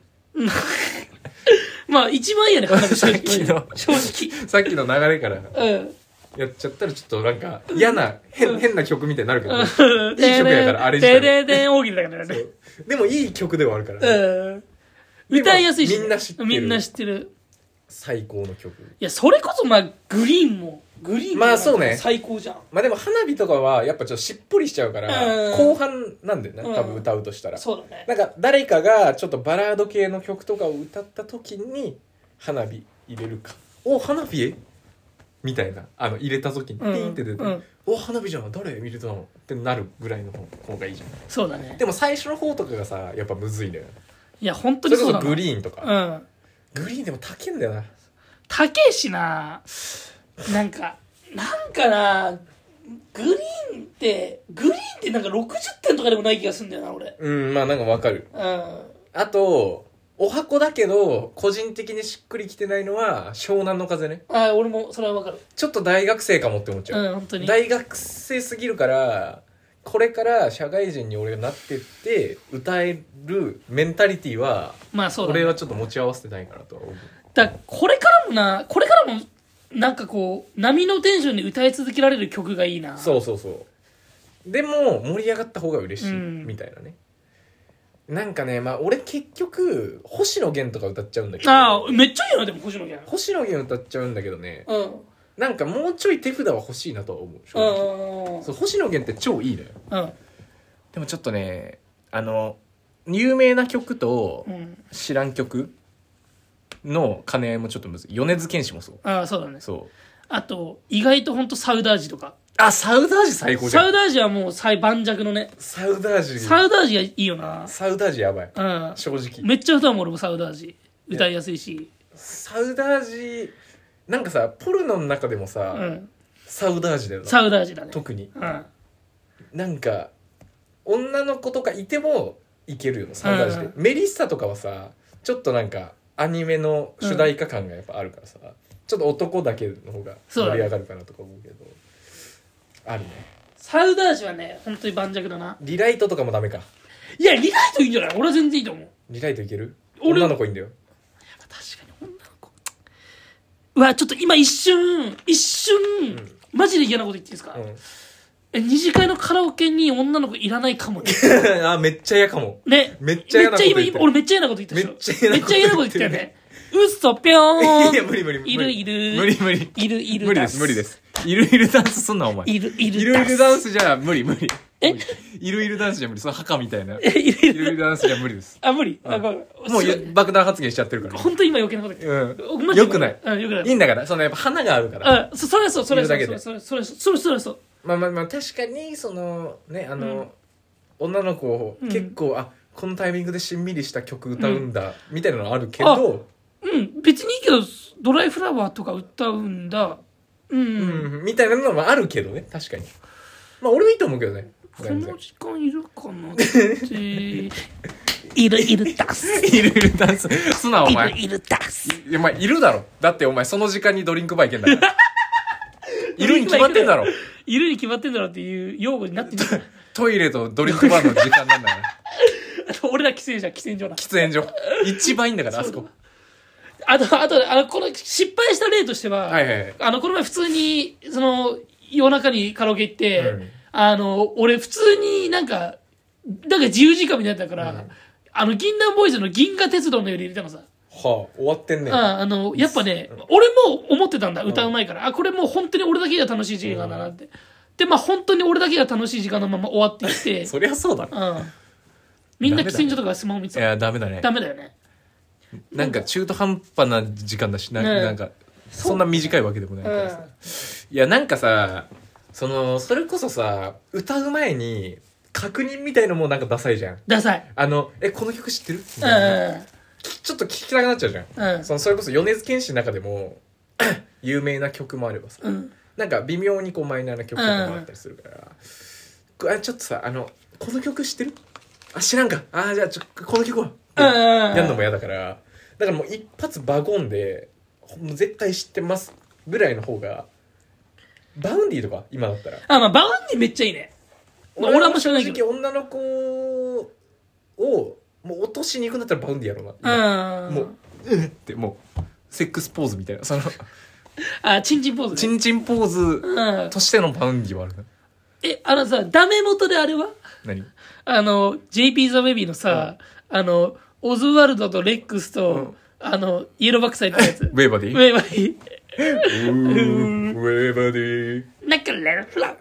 まあ一番いいよね、花火さっきの正直。 さっきの流れからうん。 やっちゃったらちょっとなんか嫌な変変な曲みたいになるけど、いい曲うん。 やからあれ自で体ででん大喜利だからね。 でもいい曲ではあるからね、 うん。歌いやすいしね。 みんな知ってるみんな知ってる。 最高の曲。 いや、それこそまあ、グリーンも、グリーンもまあそうね最高じゃん。 まあでも花火とかはやっぱちょっとしっぽりしちゃうからうん後半なんだよね、 うん多分歌うとしたら、 そうだね。 なんか誰かがちょっとバラード系の曲とかを歌った時に花火入れるか、お花火みたいな、あの入れた時にピーンって出て、 うんうん、 お花火じゃん誰入れたのってなるぐらいの方がいいじゃん。 そうだね。 でも最初の方とかがさやっぱむずいんだよ。 いや、本当それこそにそうだな。 グリーンとか、 うん。 グリーンでも高いんだよな。 高えしな、なんか、なんかな、グリーンって、グリーンってなんかろくじゅってんとかでもない気がするんだよな、俺。 うんまあなんかわかる。 うん。 あとお箱だけど個人的にしっくりきてないのは湘南の風ね。 あ、俺もそれはわかる。 ちょっと大学生かもって思っちゃう、 うん、本当に。 大学生すぎるからこれから社会人に俺がなってって歌えるメンタリティはまあそうだね。 俺はちょっと持ち合わせてないかなとは思う。 だこれからもな、これからも、なんかこう、波のテンションで歌い続けられる曲がいいな。 そうそうそうでも盛り上がった方が嬉しい、 うんみたいなね。なんかねまあ俺結局星野源とか歌っちゃうんだけど、 ああ、めっちゃいいな、でも、星野源。 星野源歌っちゃうんだけどね、 うん。 なんかもうちょい手札は欲しいなとは思う正直。 うん。 そう星野源って超いいのよ。 うん。 でもちょっとね、あの有名な曲とうん。 知らん曲の兼ね合いもちょっとむずい。米津玄師もそう。 ああ、そうだね。 そう。 あと、意外とほんとサウダージとか。 あサウダージ最高じゃん。 サウダージはもう最盤石のね。 サウダージサウダージがいいよな。 サウダージやばいうん。 正直。 めっちゃ歌うもん俺もサウダージ。歌いやすいし。 サウダージなんかさポルノの中でもうさ、 ん。 サウダージだよなサウダージだね。 特に。 うん。 なんか女の子とかいてもいけるよサウダージで、 うメリッサとかはさちょっとなんかアニメの主題歌感がやっぱあるからさ、ちょっと男だけの方が盛り上がるかなとか思うけど、あるね。 サウダージはね、本当に盤石だな。 リライトとかもダメか。 いや、リライトいいんじゃない？俺は全然いいと思う。 リライトいける？ 俺女の子いいんだよ。 確かに女の子。うわ、ちょっと今一瞬、一瞬、 んマジで嫌なこと言っていいですか？ うえ、二次会のカラオケに女の子いらないかもね。 ん、あめっちゃ嫌かも。 ね。 めっちゃ嫌なこと言ってるめっちゃ今、俺めっちゃ嫌なこと言ったでしょ。 めっちゃ嫌なこと言ってるめっちゃ嫌なこと言ったよね。うっそぴょーん。 いや無理無理無理いるいる。 無理無理。 いるいる。 無理です無理です。いるいるダンスすんなお前。 いるいる。 いるいるダンスじゃ無理無理。 えいるいるダンスじゃ無理。その墓みたいな。いえ、いるいる。 るいるダンスじゃ無理です。 あ、無理。あ、ごめん。 もうすごい爆弾発言しちゃってるから。 本当に今余計なこと言ってうん。 る。マジでよくない。 うん、よくない。 いいんだからそのやっぱ花があるから。 あ、そ、それそう、それそう、 いるだけでそれ、それ、それ、それ、それ、そう。 まあまあまあ確かにそのねあの、 うん女の子、 うん結構あこのタイミングでしんみりした曲歌うんだ、みたいなのあるけど、 うん、別にいいけど、ドライフラワーとか歌うんだ。うん。 うん、みたいなのはあるけどね確かに。まあ俺はいいと思うけどね。 こ全然の時間いるかなって。いるいるダス。 いるいるダンスすなお前。 いるいるダス。 いやまあいるだろ。だってお前その時間にドリンクバー行けんだから。いるに決まってんだろ。 いるに決まってんだろっていう用語になってる。 トイレとドリンクバーの時間なんだから。 俺ら喫煙者、喫煙所な。 喫煙所一番いいんだからあそこ。 あと、あと、あの、この失敗した例としては、 はいはいはい。 あの、この前普通に、その、夜中にカラオケ行って、 うんあの、俺普通になんか、なんか自由時間みたいだったから、 うんあの、銀杏ボーイズの銀河鉄道の夜入れたのさ。 はあ終わってんね。 ああの、やっぱね、 うん俺も思ってたんだ、歌う前から。あ、これもう本当に俺だけが楽しい時間だなって。で、まあ本当に俺だけが楽しい時間のまま終わっていって、 そりゃそうだろ。 うん。みんな喫煙所とかスマホ見てた。 いやダメだね。 ダメだよね。 なんか中途半端な時間だしな、 ねなんかそんな短いわけでもないからさ。 いやなんかさそのそれこそさ歌う前に確認みたいのもなんかダサいじゃん。 ダサい。 あのえこの曲知ってるみうたいな、 ん。 きちょっと聞きたくなっちゃうじゃん。 うん。 そのそれこそ米津玄師の中でも有名な曲もあればさ、 うん。 なんか微妙にこうマイナーな曲とかもあったりするから、こあちょっとさあのこの曲知ってるあ知らんかあじゃあちょこの曲はうんうんうんやるのも嫌だからだからもう一発バゴンでもう絶対知ってますぐらいの方がバウンディとか今だったらあまあバウンディめっちゃいいね、まあ、俺はあんま知らないけど正直女の子をもう落としに行くんだったらバウンディやろうなうんもううんってもうセックスポーズみたいなそのあチンチンポーズ、ね、 チンチンポーズうんとしてのバウンディはあるなえあのさダメ元であれは何あの ジェイピー ザ・ベビーのさ、うん、あのオズワルドとレックスと、うん、あのイエローバックサイドのやつウェーバディウェーバディウェーバディなんかレフラ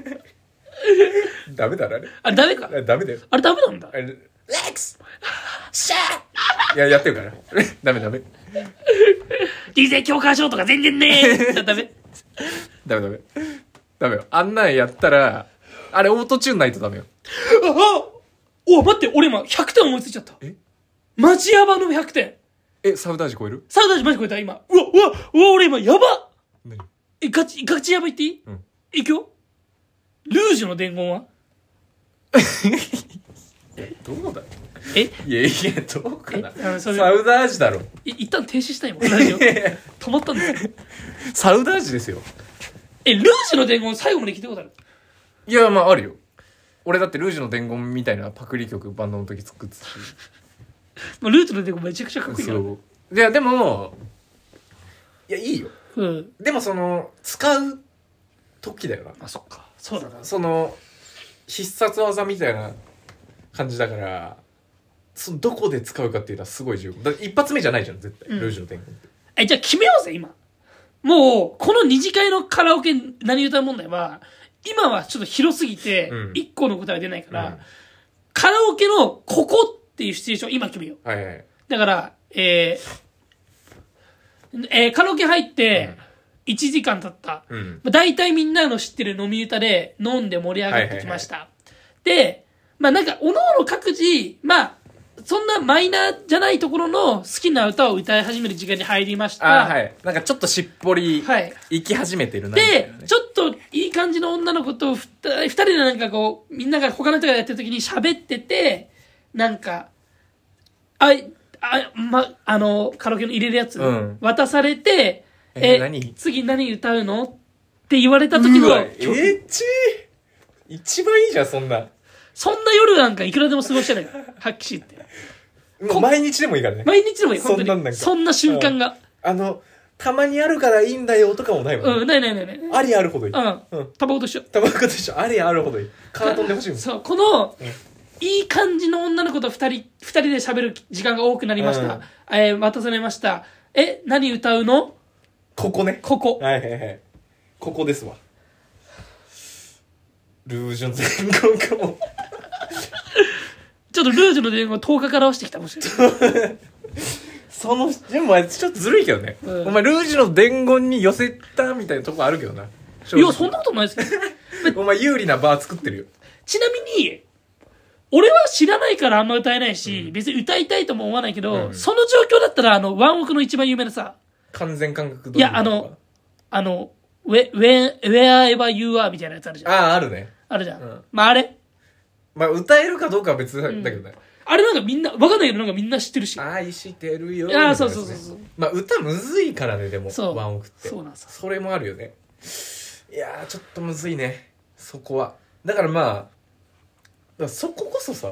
ダメだなあれあれダメかあれダメだよあれダメなんだあれレックスシャーいややってるからダメダメディージェー 強化しろとか全然ねーダメダメダメダメよあんなんやったらあれオートチューンないとダメよあお待って俺今ひゃくてん思いついちゃったえマジヤバのひゃくてんえサウダージ超えるサウダージマジ超えた今うわうわうわ俺今ヤバ何えガチガチヤバ言っていい、 うん、 いくよルージュの伝言はえどうだえいやいやどうかなあのそれサウダージだろい一旦停止した今ラジオ止まったんですよサウダージですよえルージュの伝言最後まで聞いたことあるいやまああるよ俺だってルージュの伝言みたいなパクリ曲バンドの時作ってたしルージュの伝言めちゃくちゃかっこいいからそういやでもいやいいよ、 うん、 でもその使う時だよなあそっかそうだなその必殺技みたいな感じだからそのどこで使うかっていうのはすごい重要だから一発目じゃないじゃん絶対、うん、ルージュの伝言ってえじゃあ決めようぜ今もうこの二次会のカラオケ何歌う問題は今はちょっと広すぎて一個の答えは出ないから、うん、カラオケのここっていうシチュエーション今決めよう、 はいはい、 だからえーえー、カラオケ入っていちじかん経った、うん、だいたいみんなの知ってる飲み歌で飲んで盛り上がってきました、はいはいはい、でまあなんかおのおの各自まあそんなマイナーじゃないところの好きな歌を歌い始める時間に入りました。 あ、はい。なんかちょっとしっぽり、はい。行き始めてるな、 ね。で、ちょっといい感じの女の子とふた二人でなんかこう、みんなが他の人がやってる時に喋ってて、なんか、あ、あ、ま、あの、カラオケの入れるやつ、うん、渡されて、 え、え何次何歌うのって言われた時の曲。 エッチ一番いいじゃん、そんな。 そんな夜なんかいくらでも過ごしてないから、発揮しって。 もう毎日でもいいからね。 毎日でもいい、本当に。 そんなんなんかそんな瞬間が。 あの、たまにあるからいいんだよとかもないもんね。 うん、ないないないない。 ありあるほどいい。 うん。うん。タバコと一緒。 タバコと一緒。ありあるほどいい。カートンで欲しいもん。 そう、この、うん、いい感じの女の子と二人、二人で喋る時間が多くなりました。うん、えー、待たされました。え、何歌うの？ ここね。 ここ。 はいはいはい。ここですわ。ルージュの伝言かも。 ちょっとルージュの伝言をとおかから合わせてきたかもしれない。 その、でもちょっとずるいけどね。うん、お前ルージュの伝言に寄せたみたいなとこあるけどな。 いや、そんなことないですけど。 お前有利なバー作ってるよ。 ちなみに、俺は知らないからあんま歌えないし、うん、別に歌いたいとも思わないけど、うん、その状況だったら、あの、ワンオクの一番有名なさ、 完全感覚いや、あの、あの、Where, wherever you are みたいなやつあるじゃん。 ああ、あるね。 あるじゃん。うん、まああれまあ歌えるかどうかは別だけどね。うん、 あれなんかみんな、わかんないけどなんかみんな知ってるし。 愛してるよ。 ああ、そうそうそうそう。 まあ歌むずいからね、でも、ワンオクって。 そうなんですよ。 それもあるよね。いやー、ちょっとむずいね。そこは。だからまあ、だからそここそさ、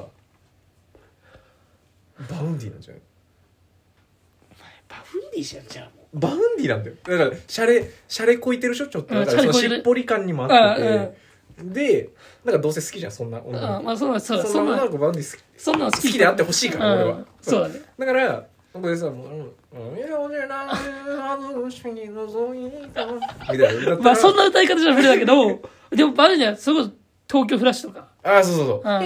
バウンディなんじゃない？ お前、バウンディじゃん、じゃあ。 バウンディなんだよ。だから、シャレ、シャレこいてるでしょちょっと。だからそのしっぽり感にもあってて。で、なんかどうせ好きじゃん、そんな女の子。 ああ、まあそうだ、そうだ。 そんな女の子バウンディ好き。 そんなの好きであってほしいから、俺は。 そうだね。 だから、ここでさ、もう、うん、いや、俺な、あの星に覗いた。みたいな歌ったら。 まあそんな歌い方じゃ無理だけど、でもあれじゃん、すごい東京フラッシュとか。 ああ、そうそうそう。うん。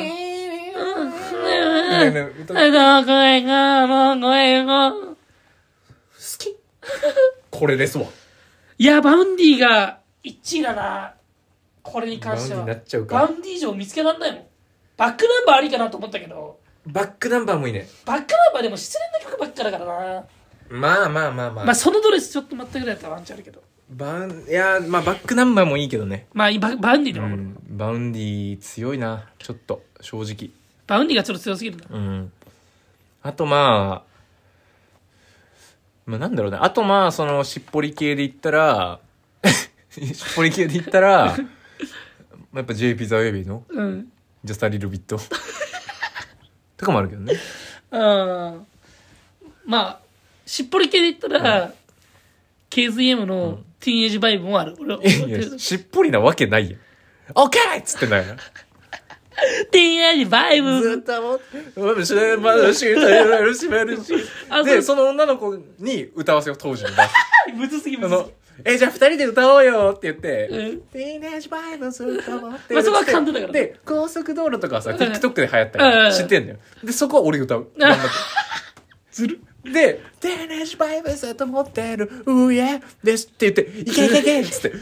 どこへが、どこへが。好きこれですわ。 いや、バウンディがいちいだな。これに関しては。 バウンディになっちゃうか。 バウンディ以上見つけられないもん。バックナンバーありかなと思ったけど。 バックナンバーもいいね。 バックナンバーでも失恋の曲ばっかだからな。 まあまあまあまあ。 まあそのドレスちょっと待ったぐらいだったらワンチャンあるけど。 バウン、いやまあバックナンバーもいいけどね。 まあババウンディでも、 うん、バウンディ強いな。ちょっと、正直。 バウンディがちょっと強すぎるな。 うんあとまあまあなんだろうねあとまあそのしっぽり系で言ったらしっぽり系で言ったらやっぱ J ピザウェイビーのうんジャスタリルビットとかもあるけどね。 あまあしっぽり系で言ったら、うん、ケーズイーエム のティーンエイジバイブもある、うん、俺いやしっぽりなわけないやん。オッケーっつってないなティーンエイジバイブずっともってしまるししまるしでその女の子に歌わせよう当時のむずすぎむずすぎえじゃあ二人で歌おうよって言って、 うん、 ティーンエイジバイブずっともってまあそこは感動だから、 ね、で高速道路とかはさ TikTok で流行ったり知ってんだよ。でそこは俺歌う頑張ってずるで、ティーンエイジバイブずっと持ってるうえですって言っていけいけいけっつって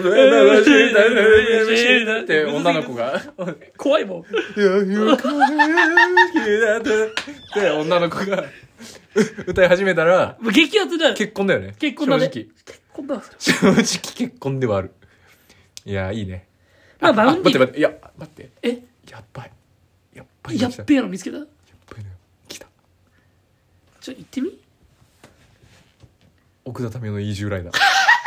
って女の子が怖いもんで女の子が歌い始めたらもう激アツだよ。 結婚だよね。 結婚だね。 正直結婚だ。 正直結婚ではある。いやいいね。 まあバウンディ待って待っていや待ってえやっばいやっばいやっべえの見つけた。やっばいの来た。 ちょ行ってみ。 奥田民生のイージューライダー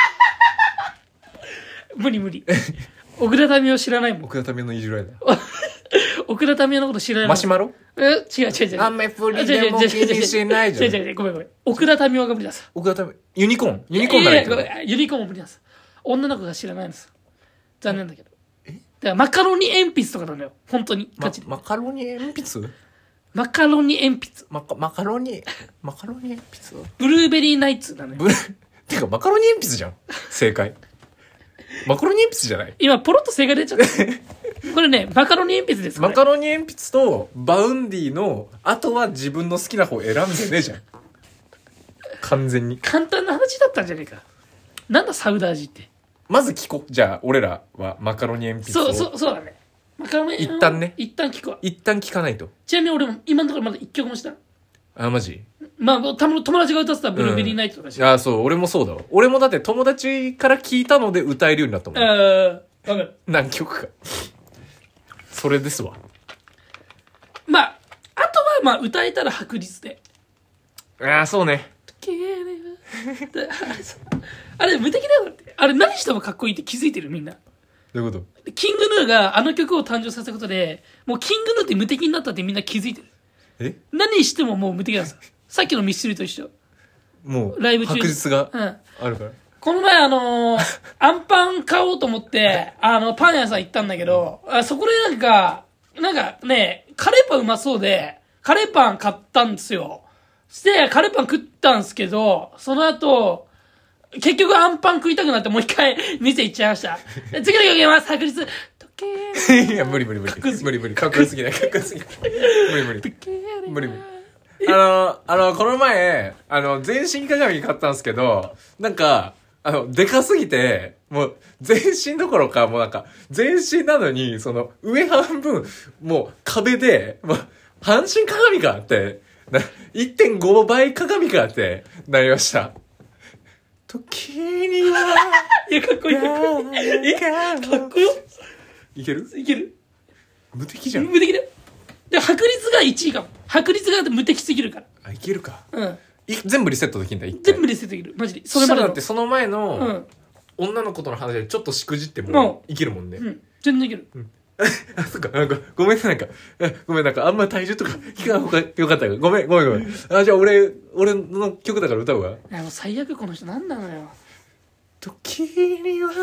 無理無理奥田民生知らないもん。 奥田民生のイージューライダー奥田民生のこと知らないもん。 マシュマロえ違う違う違う雨降りでも気にしないじゃん。 違う違う違うごめんごめん奥田民生が無理ださ。 奥田民生ユニコーンユニコーンならいいけどユニコーンも無理ださ。女の子が知らないんです残念だけど。えだからマカロニ鉛筆とかなのよ本当にガチで。 マカロニ鉛筆マカロニ鉛筆マカマカロニマカロニ鉛筆ブルーベリーナイツなのよ。 ブルてかマカロニ鉛筆じゃん正解マカロニ鉛筆じゃない。 今ポロッと正解出ちゃったこれねマカロニ鉛筆です。 マカロニ鉛筆とバウンディのあとは自分の好きな方選んでねえじゃん完全に簡単な話だったんじゃねえか。なんだサウダージってまず聞こう。じゃあ俺らはマカロニ鉛筆をそうそうそうだね。マカロニ一旦ね一旦聞くわ。 一旦聞かないと。 ちなみに俺も今のところまだ一曲もした。 あマジ。 まあた友達が歌ってたブルーベリーナイトとかし、 うん、あそう俺もそうだわ。俺もだって友達から聞いたので歌えるようになったもん。 ああ分かる。 何曲かそれですわ。 まああとはまあ歌えたら白日で。 ああそうねあれ無敵だよ。だってあれ何してもかっこいいって気づいてるみんな。 どういうこと。 キングヌーがあの曲を誕生させたことでもうキングヌーって無敵になったってみんな気づいてる。 え何してももう無敵なんですよ。さっきのミスチルと一緒。 もうライブ中白日がうんあるから、 この前あのー、アンパン買おうと思ってあのパン屋さん行ったんだけど、あそこでなんかなんかねカレーパンうまそうでカレーパン買ったんですよ。そしてカレーパン食ったんですけどその後結局アンパン食いたくなってもう一回店行っちゃいました。次の曲言います。白日時計いや無理無理無理無理無理かっこよすぎないかっこよすぎない無理無理無理無理。あのあのこの前あの全身鏡買ったんですけどなんかあのでかすぎてもう全身どころかもうなんか全身なのにその上半分もう壁でもう半身鏡かってな いってんご 倍鏡かってなりました。時にはいやかっこいいかっこいいえかっこよいけるいける無敵じゃん。 無敵だよ。で白日がいちいかも。白日が無敵すぎるから。 あいけるか。 うんい全部リセットできんだ。一回全部リセットできるマジで。 それまでだってその前うのん女の子との話でちょっとしくじってうんもいけるもんね。 うん全然いける。 あ、そっか、なんか、ごめんなんか、えごめんなんか、あんま体重とか聞かんほうがよかったから、ごめん、ごめん、ごめん。あ、じゃあ俺、俺の曲だから歌うわ。 いやもう最悪この人なんなのよ。 時には、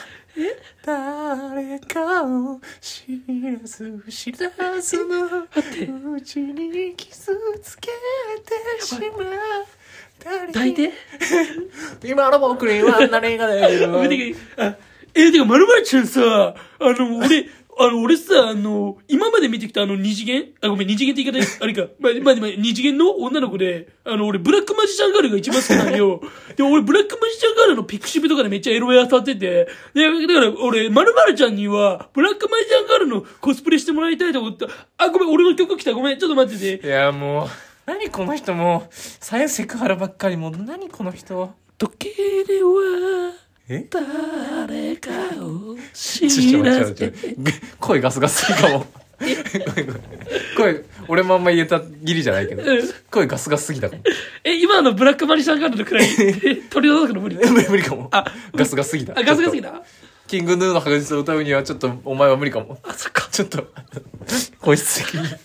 誰かを知らず知らずのうちに傷つけてしまう。 抱いて今の僕には何ができるのあえー、てか、まるまるちゃんさ、あの、俺、あの、俺さ、あの、今まで見てきたあの二次元あ、ごめん、二次元って言い方、あれか。ま、ま、ま、二次元の女の子で、あの、俺、ブラックマジシャンガールが一番好きなんよ。で、俺、ブラックマジシャンガールのピクシブとかでめっちゃエロや当たってて、で、だから、俺、まるまるちゃんには、ブラックマジシャンガールのコスプレしてもらいたいと思った。あ、ごめん、俺の曲来た。ごめん、ちょっと待ってて。 いや、もう、何この人もう、さやセクハラばっかりもう、何この人。 時計では、 え誰かを知らせて声ガスガスいいかもごめんごめん声俺もあんま言えたぎりじゃないけど、 うん声ガスガスすぎたかも。 え、今のブラックマリシャンガールのくらい取り除くの無理。 無理無理かも。 あガスガスすぎた。 あ、ガスガスすぎちょっとた。 キングヌーの白日を歌うにはちょっとお前は無理かも。 あ、そっか。 ちょっと声質的に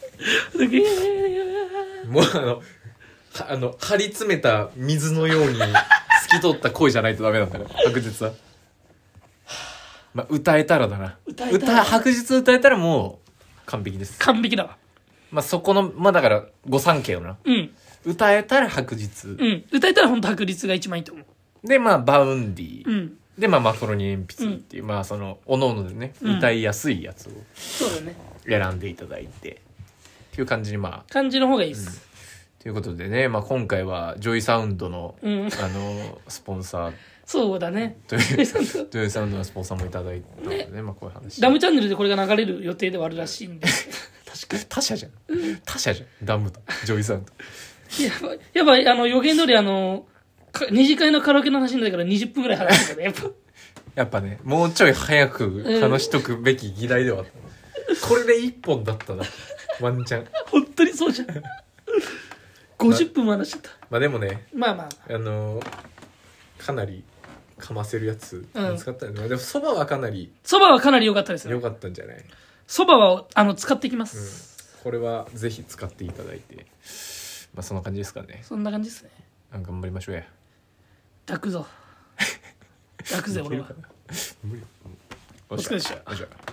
もうあのはあの張り詰めた水のように透き通った声じゃないとダメなんだよ白日は。まあ歌えたらだな。 歌えたら白日歌えたらもう完璧です。 完璧だわ。 まあそこのまあだから御三家よな。 うん。 歌えたら白日、 うん。歌えたら本当白日が一番いいと思う。 でまあバウンディ、 うん。 でまあマカロニ鉛筆っていう、まあそのおのおのでね、 うん歌いやすいやつをそうだね。 選んでいただいてっていう感じにまあ感じの方がいいです。 ということでね、まあ、今回はジョイサウンドの、 うん。 あのスポンサーそうだね。 というジョイサウンドのスポンサーもいただいたのでね、まあこういう話。 ダムチャンネルでこれが流れる予定ではあるらしいんで。 確かに他社じゃん。他社じゃん。ダムとジョイサウンド。 やばい。やばい。あの、予言通りあの、か二次会のカラオケの話になったからにじゅっぷんぐらい話してたね。やっぱ。 やっぱね、もうちょい早く話しとくべき議題ではあった。これで一本だったな。ワンチャン。 本当にそうじゃん。ごじゅっぷんも話しちゃった。 まあでもね、 まあまあ。 あのかなりかませるやつうん見つかったよね。でもそばはかなりそばはかなり良かったですね。 良かったんじゃない？ そばは、あの、使っていきまうんす。。 これはぜひ使っていただいて、まあそんな感じですかね。 そんな感じですね。 頑張りましょうや。 抱くぞ。抱くぜ、俺は。 無理。 お疲れでしたよっしゃ。